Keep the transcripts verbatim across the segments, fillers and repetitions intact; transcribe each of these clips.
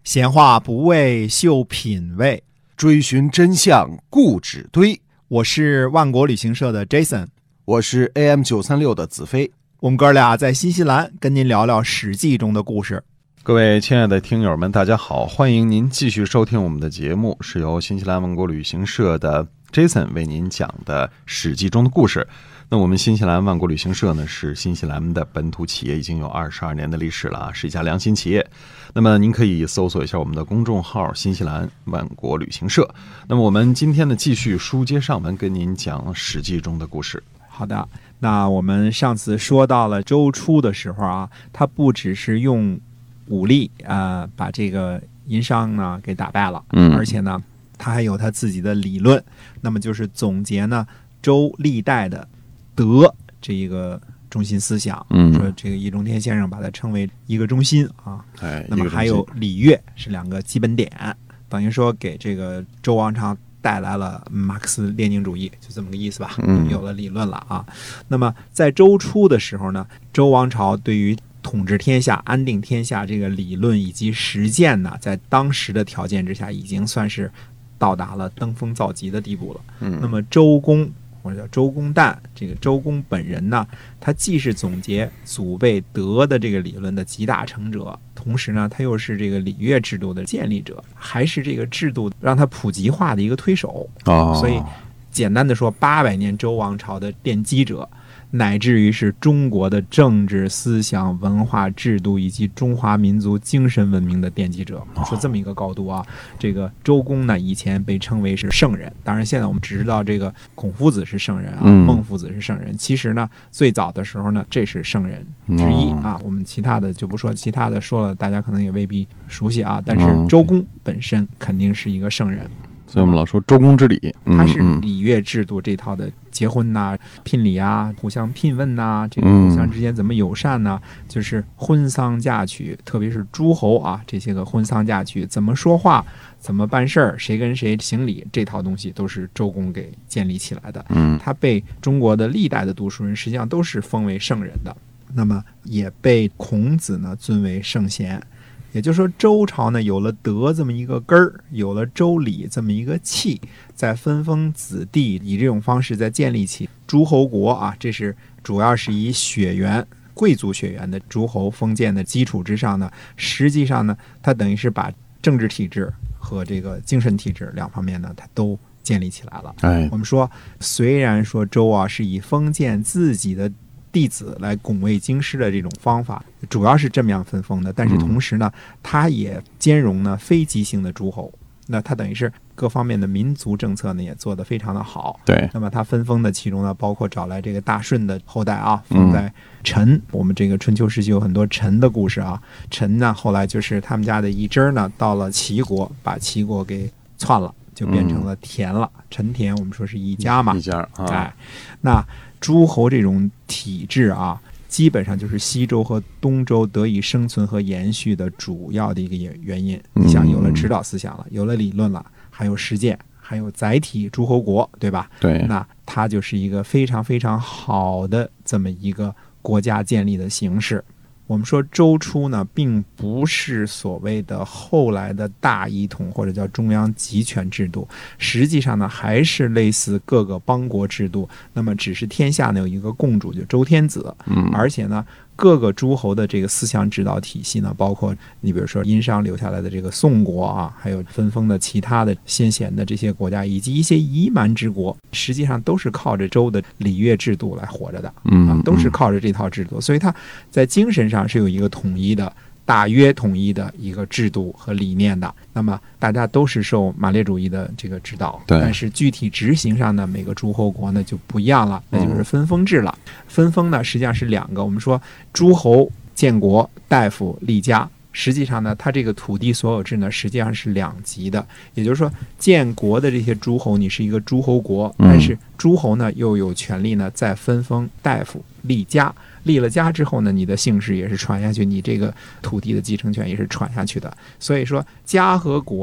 闲话不为秀品味， 追寻真相固执堆。 我是万国旅行社的 Jason， 我是 A M 九三六 的子飞。 我们哥俩在新西兰跟您聊聊史记中的故事。 各位亲爱的听友们，大家好，欢迎您继续收听我们的节目，是由新西兰万国旅行社的 Jason 为您讲的史记中的故事。那我们新西兰万国旅行社呢，是新西兰的本土企业，已经有二十二年的历史了，是一家良心企业。那么您可以搜索一下我们的公众号新西兰万国旅行社。那么我们今天呢，继续书接上文，跟您讲史记中的故事。 好的，那我们上次说到了周初的时候啊，他不只是用武力呃把这个殷商呢给打败了， 嗯， 而且呢他还有他自己的理论，那么就是总结呢周历代的德这一个中心思想， 嗯， 说这个易中天先生把它称为一个中心啊， 哎， 那么还有礼乐是两个基本点，等于说给这个周王朝带来了马克思列宁主义，就这么个意思吧， 嗯， 有了理论了啊。那么在周初的时候呢，周王朝对于统治天下、安定天下这个理论以及实践呢，在当时的条件之下，已经算是到达了登峰造极的地步了。 嗯， 那么周公或者叫周公旦，这个周公本人呢，他既是总结祖辈德的这个理论的集大成者，同时呢，他又是这个礼乐制度的建立者，还是这个制度让他普及化的一个推手。 哦， 所以简单的说，八百年周王朝的奠基者，乃至于是中国的政治思想文化制度以及中华民族精神文明的奠基者，说这么一个高度啊。这个周公呢，以前被称为是圣人，当然现在我们只知道这个孔夫子是圣人啊，孟夫子是圣人，其实呢最早的时候呢，这是圣人之一啊。我们其他的就不说，其他的说了大家可能也未必熟悉啊，但是周公本身肯定是一个圣人。 所以我们老说周公之礼， 它是礼乐制度这套的结婚呐、啊、聘礼啊、互相聘问呐、啊，这个互相之间怎么友善呐、啊嗯，就是婚丧嫁娶，特别是诸侯啊这些个婚丧嫁娶怎么说话、怎么办事儿、谁跟谁行礼，这套东西都是周公给建立起来的。 嗯， 他被中国的历代的读书人实际上都是封为圣人的，那么也被孔子呢尊为圣贤。也就是说，周朝呢有了德这么一个根儿，有了周礼这么一个气，在分封子弟，以这种方式在建立起诸侯国啊，这是主要是以血缘贵族血缘的诸侯封建的基础之上呢，实际上呢，它等于是把政治体制和这个精神体制两方面呢，它都建立起来了。 哎， 我们说，虽然说周啊是以封建自己的弟子来拱卫京师的这种方法，主要是这么样分封的，但是同时呢，它也兼容呢非姬姓的诸侯，那它等于是各方面的民族政策呢也做得非常的好。 对， 那么它分封的其中呢，包括找来这个大舜的后代啊，封在陈、嗯。我们这个春秋时期有很多陈的故事啊，陈呢后来就是他们家的一支呢到了齐国，把齐国给篡了，就变成了田了。嗯、陈田我们说是一家嘛， 一家啊， 哎，那诸侯这种体制啊，基本上就是西周和东周得以生存和延续的主要的一个原因。你想，有了指导思想了，有了理论了，还有实践，还有载体诸侯国，对吧？ 对， 那它就是一个非常非常好的这么一个国家建立的形式。我们说周初呢，并不是所谓的后来的大一统或者叫中央集权制度，实际上呢还是类似各个邦国制度，那么只是天下呢有一个共主，就周天子， 嗯， 而且呢各个诸侯的这个思想指导体系呢，包括你比如说殷商留下来的这个宋国啊，还有分封的其他的先贤的这些国家，以及一些夷蛮之国，实际上都是靠着周的礼乐制度来活着的， 嗯啊，都是靠着这套制度，所以它在精神上是有一个统一的。大约统一的一个制度和理念的，那么大家都是受马列主义的这个指导，但是具体执行上呢，每个诸侯国呢就不一样了，那就是分封制了。分封呢实际上是两个，我们说诸侯建国，大夫立家，实际上呢，它这个土地所有制呢实际上是两级的，也就是说建国的这些诸侯，你是一个诸侯国，但是诸侯呢又有权利呢再分封大夫立家。立了家之后呢，你的姓氏也是传下去，你这个土地的继承权也是传下去的。所以说家和国呀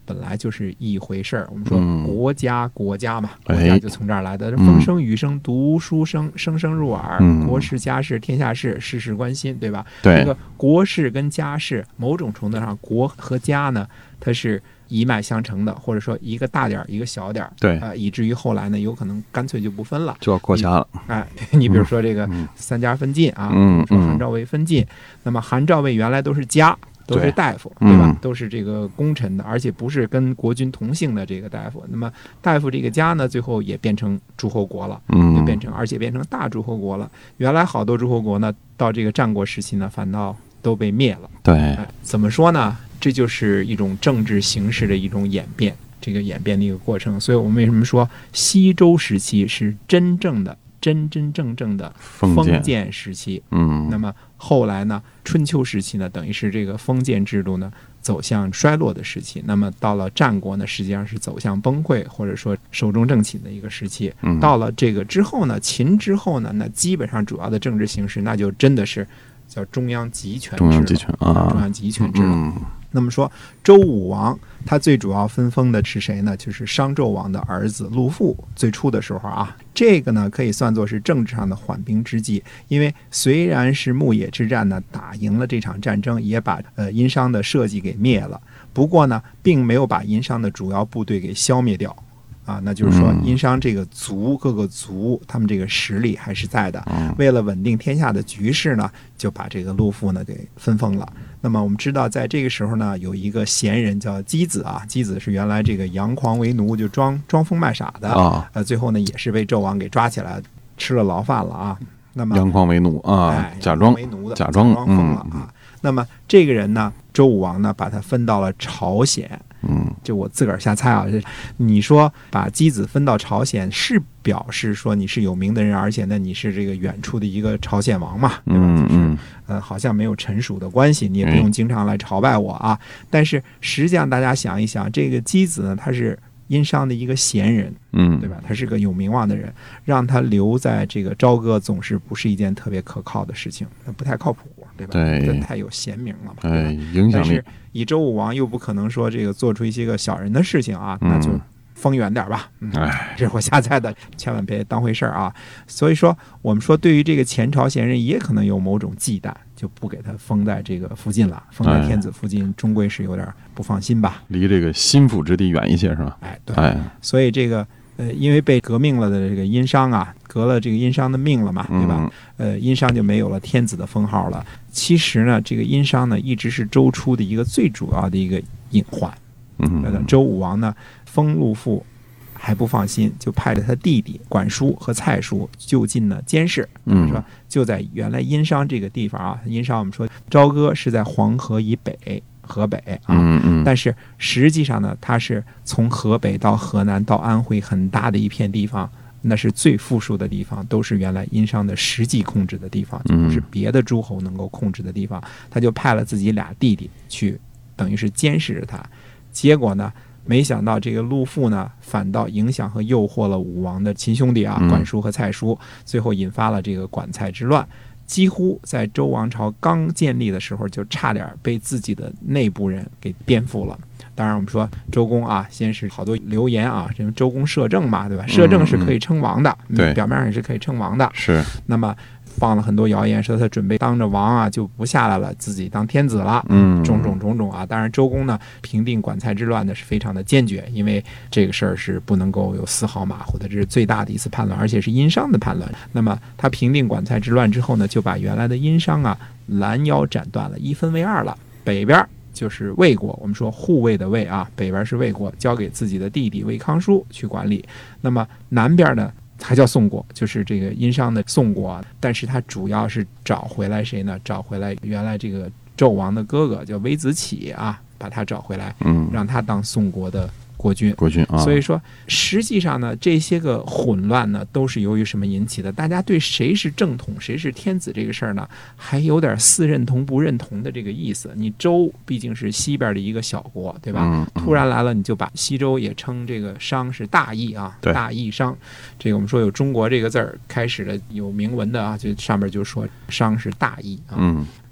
本来就是一回事儿。我们说嗯国家国家嘛， 哎国家就从这儿来的，风声雨声读书声，声声入耳， 嗯国事家事天下事，事事关心，对吧？ 对这个国事跟家事，某种程度上，国和家呢，它是一脉相承的，或者说一个大点儿，一个小点儿， 对呃，以至于后来呢，有可能干脆就不分了， 就要国家了。 哎，你比如说这个嗯三家分晋啊， 嗯说韩赵魏分晋，那么韩赵魏原来都是家。都是大夫， 对对吧？ 嗯都是这个功臣的，而且不是跟国君同姓的这个大夫。那么大夫这个家呢，最后也变成诸侯国了， 嗯就变成而且变成大诸侯国了。原来好多诸侯国呢，到这个战国时期呢，反倒都被灭了。 对， 哎，怎么说呢？这就是一种政治形势的一种演变，这个演变的一个过程。所以我们为什么说西周时期是真正的、真真正正的封建封建时期？ 嗯， 那么后来呢，春秋时期呢，等于是这个封建制度呢走向衰落的时期。那么到了战国呢，实际上是走向崩溃或者说寿终正寝的一个时期。 嗯到了这个之后呢，秦之后呢，那基本上主要的政治形势，那就真的是叫中央集权制了， 中央集权啊中央集权制了。 嗯那么说，周武王他最主要分封的是谁呢？就是商纣王的儿子陆父。最初的时候啊，这个呢可以算作是政治上的缓兵之计，因为虽然是牧野之战呢打赢了这场战争，也把呃殷商的社稷给灭了，不过呢，并没有把殷商的主要部队给消灭掉。啊，那就是说，殷商这个族各个族，他们这个实力还是在的。为了稳定天下的局势呢，就把这个陆父呢给分封了。那么我们知道，在这个时候呢，有一个贤人叫箕子啊，箕子是原来这个杨狂为奴，就装装疯卖傻的啊， 呃，最后呢也是被纣王给抓起来，吃了牢饭了啊。那么杨狂为奴啊， 哎、 假装为奴的， 假装装疯了啊。 嗯那么这个人呢，周武王呢，把他分到了朝鲜。 嗯， 就我自个儿瞎猜啊，你说把箕子分到朝鲜，是表示说你是有名的人，而且呢你是这个远处的一个朝鲜王嘛，对吧？ 嗯就是嗯呃，好像没有臣属的关系，你也不用经常来朝拜我啊。但是实际上大家想一想，这个箕子呢，他是殷商的一个贤人， 嗯， 对吧？他是个有名望的人，让他留在这个朝歌，总是不是一件特别可靠的事情，不太靠谱，对吧？ 对这太有贤名了嘛，对吧哎，影响力但是以周武王又不可能说这个做出一些个小人的事情啊，那就封远点吧。嗯， 哎， 这是我瞎猜的，千万别当回事儿啊。所以说，我们说对于这个前朝贤人，也可能有某种忌惮，就不给他封在这个附近了，封在天子附近，终归是有点不放心吧。 离这个心腹之地远一些是吧？ 哎，对， 哎， 所以这个呃，因为被革命了的这个殷商啊，革了这个殷商的命了嘛，对吧？ 嗯呃，殷商就没有了天子的封号了。其实呢，这个殷商呢，一直是周初的一个最主要的一个隐患。 嗯， 周武王呢，封陆父还不放心，就派着他弟弟管叔和蔡叔就近呢监视。 嗯说就在原来殷商这个地方啊，殷商我们说朝歌是在黄河以北，河北啊， 嗯嗯， 但是实际上呢，它是从河北到河南到安徽很大的一片地方，那是最富庶的地方，都是原来殷商的实际控制的地方，就不是别的诸侯能够控制的地方。他就派了自己俩弟弟去，等于是监视着他。结果呢，没想到这个陆父呢，反倒影响和诱惑了武王的亲兄弟啊，管叔和蔡叔，最后引发了这个管蔡之乱。几乎在周王朝刚建立的时候，就差点被自己的内部人给颠覆了。当然，我们说周公啊，先是好多流言啊，这周公摄政嘛，对吧？摄政是可以称王的， 嗯、对， 表面上也是可以称王的。 是。 那么放了很多谣言，说他准备当着王啊就不下来了，自己当天子了。 嗯， 种种种种啊。当然，周公呢平定管蔡之乱呢是非常的坚决，因为这个事儿是不能够有丝毫马虎的，这是最大的一次叛乱，而且是殷商的叛乱。那么他平定管蔡之乱之后呢，就把原来的殷商啊拦腰斩断了，一分为二了。北边就是魏国，我们说护卫的魏啊，北边是魏国，交给自己的弟弟魏康叔去管理。那么南边呢？还叫宋国，就是这个殷商的宋国，但是他主要是找回来谁呢？找回来原来这个纣王的哥哥叫微子启啊，把他找回来， 嗯， 让他当宋国的国君。 国君啊， 所以说实际上呢，这些个混乱呢，都是由于什么引起的？大家对谁是正统，谁是天子这个事儿呢，还有点似认同不认同的这个意思。你周毕竟是西边的一个小国，对吧？ 嗯嗯、 突然来了，你就把西周也称这个商是大邑啊，大邑商。这个我们说有中国这个字儿开始的有铭文的啊，就上面就说商是大邑啊。 嗯。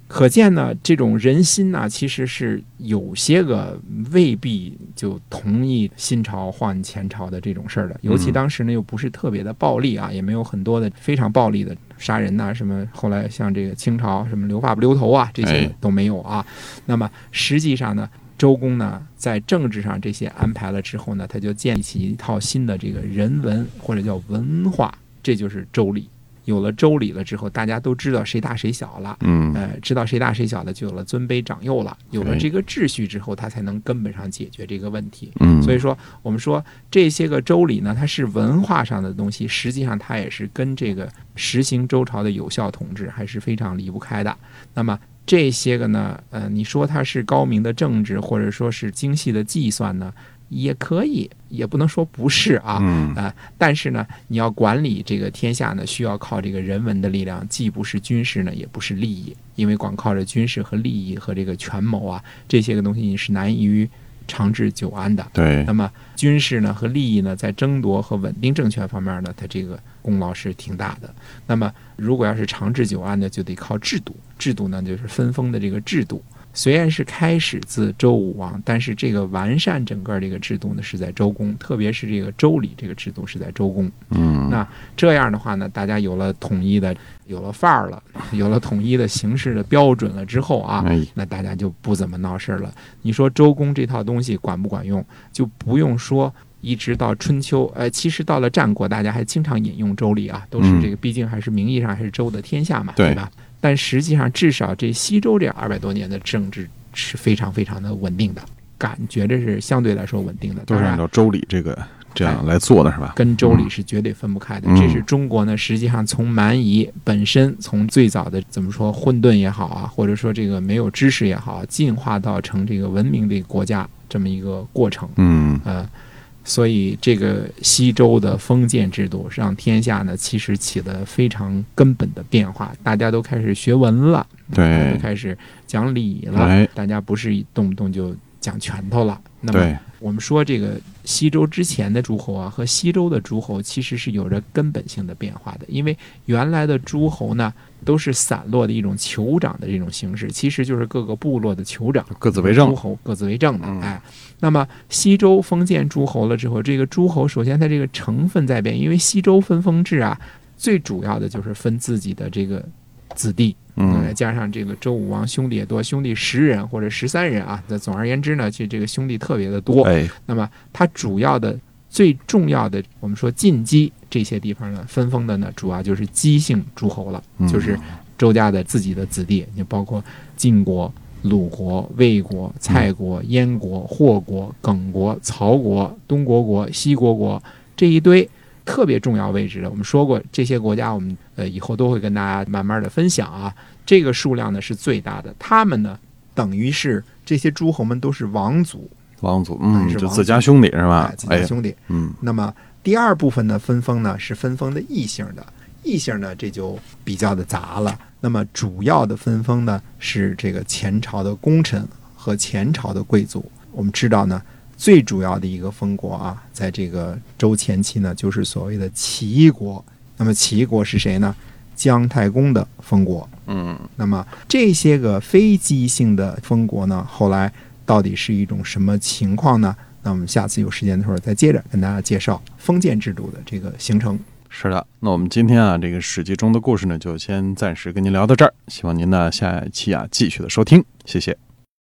可见呢，这种人心呢，其实是有些个未必就同意新朝换前朝的这种事儿的。尤其当时呢，又不是特别的暴力啊，也没有很多的非常暴力的杀人呐、啊，什么后来像这个清朝什么留发不留头啊，这些都没有啊。那么实际上呢，周公呢在政治上这些安排了之后呢，他就建立起一套新的这个人文或者叫文化，这就是周礼。有了周礼了之后，大家都知道谁大谁小了， 嗯， 呃，知道谁大谁小了，就有了尊卑长幼了。有了这个秩序之后，他才能根本上解决这个问题。 嗯， 所以说，我们说这些个周礼呢，它是文化上的东西，实际上它也是跟这个实行周朝的有效统治还是非常离不开的。那么这些个呢，呃，你说它是高明的政治，或者说是精细的计算呢？也可以，也不能说不是啊， 嗯呃，但是呢，你要管理这个天下呢，需要靠这个人文的力量，既不是军事呢，也不是利益，因为光靠着军事和利益和这个权谋啊，这些个东西你是难以于长治久安的。 对， 那么军事呢和利益呢，在争夺和稳定政权方面呢，它这个功劳是挺大的。那么如果要是长治久安呢，就得靠制度，制度呢就是分封的这个制度。虽然是开始自周武王，但是这个完善整个这个制度呢是在周公，特别是这个周礼这个制度是在周公。 嗯， 那这样的话呢，大家有了统一的，有了范儿了，有了统一的形式的标准了之后啊，那大家就不怎么闹事了。你说周公这套东西管不管用，就不用说。一直到春秋，呃，其实到了战国，大家还经常引用周礼啊，都是这个，毕竟还是名义上还是周的天下嘛，对吧？但实际上，至少这西周这二百多年的政治是非常非常的稳定的，感觉这是相对来说稳定的， 都是按照周礼这个这样来做的，是吧？ 跟周礼是绝对分不开的。嗯、这是中国呢，实际上从蛮夷本身，从最早的怎么说混沌也好啊，或者说这个没有知识也好，进化到成这个文明的国家这么一个过程。 嗯， 呃。所以这个西周的封建制度让天下呢其实起了非常根本的变化，大家都开始学文了， 对， 都开始讲礼了，大家不是动不动就讲拳头了。那么我们说这个西周之前的诸侯啊和西周的诸侯其实是有着根本性的变化的，因为原来的诸侯呢都是散落的一种酋长的这种形式，其实就是各个部落的酋长各自为政， 诸侯各自为政的。哎，那么西周封建诸侯了之后，这个诸侯首先它这个成分在变，因为西周分封制啊，最主要的就是分自己的这个子弟。嗯，加上这个周武王兄弟也多，兄弟十人或者十三人啊。那总而言之呢，其实这个兄弟特别的多。 哎， 那么他主要的、最重要的，我们说晋姬这些地方呢，分封的呢，主要就是姬姓诸侯了， 嗯、 就是周家的自己的子弟，你包括晋国、鲁国、魏国、蔡国、燕国、霍国、耿国、曹国、东国国、西国国这一堆。特别重要位置的，我们说过这些国家，我们呃以后都会跟大家慢慢的分享啊。这个数量呢是最大的，他们呢等于是这些诸侯们都是王族， 王族，嗯， 是就自家兄弟是吧？ 哎、自家兄弟， 哎、嗯。 那么第二部分呢分封呢是分封的异姓的，异姓呢这就比较的杂了。那么主要的分封呢是这个前朝的功臣和前朝的贵族。我们知道呢。最主要的一个封国啊，在这个周前期呢，就是所谓的齐国。那么齐国是谁呢？姜太公的封国。 嗯， 那么这些个非姬姓的封国呢，后来到底是一种什么情况呢？那我们下次有时间的时候再接着跟大家介绍封建制度的这个形成。 是的，那我们今天啊，这个史记中的故事呢，就先暂时跟您聊到这儿。希望您呢下一期啊继续的收听，谢谢。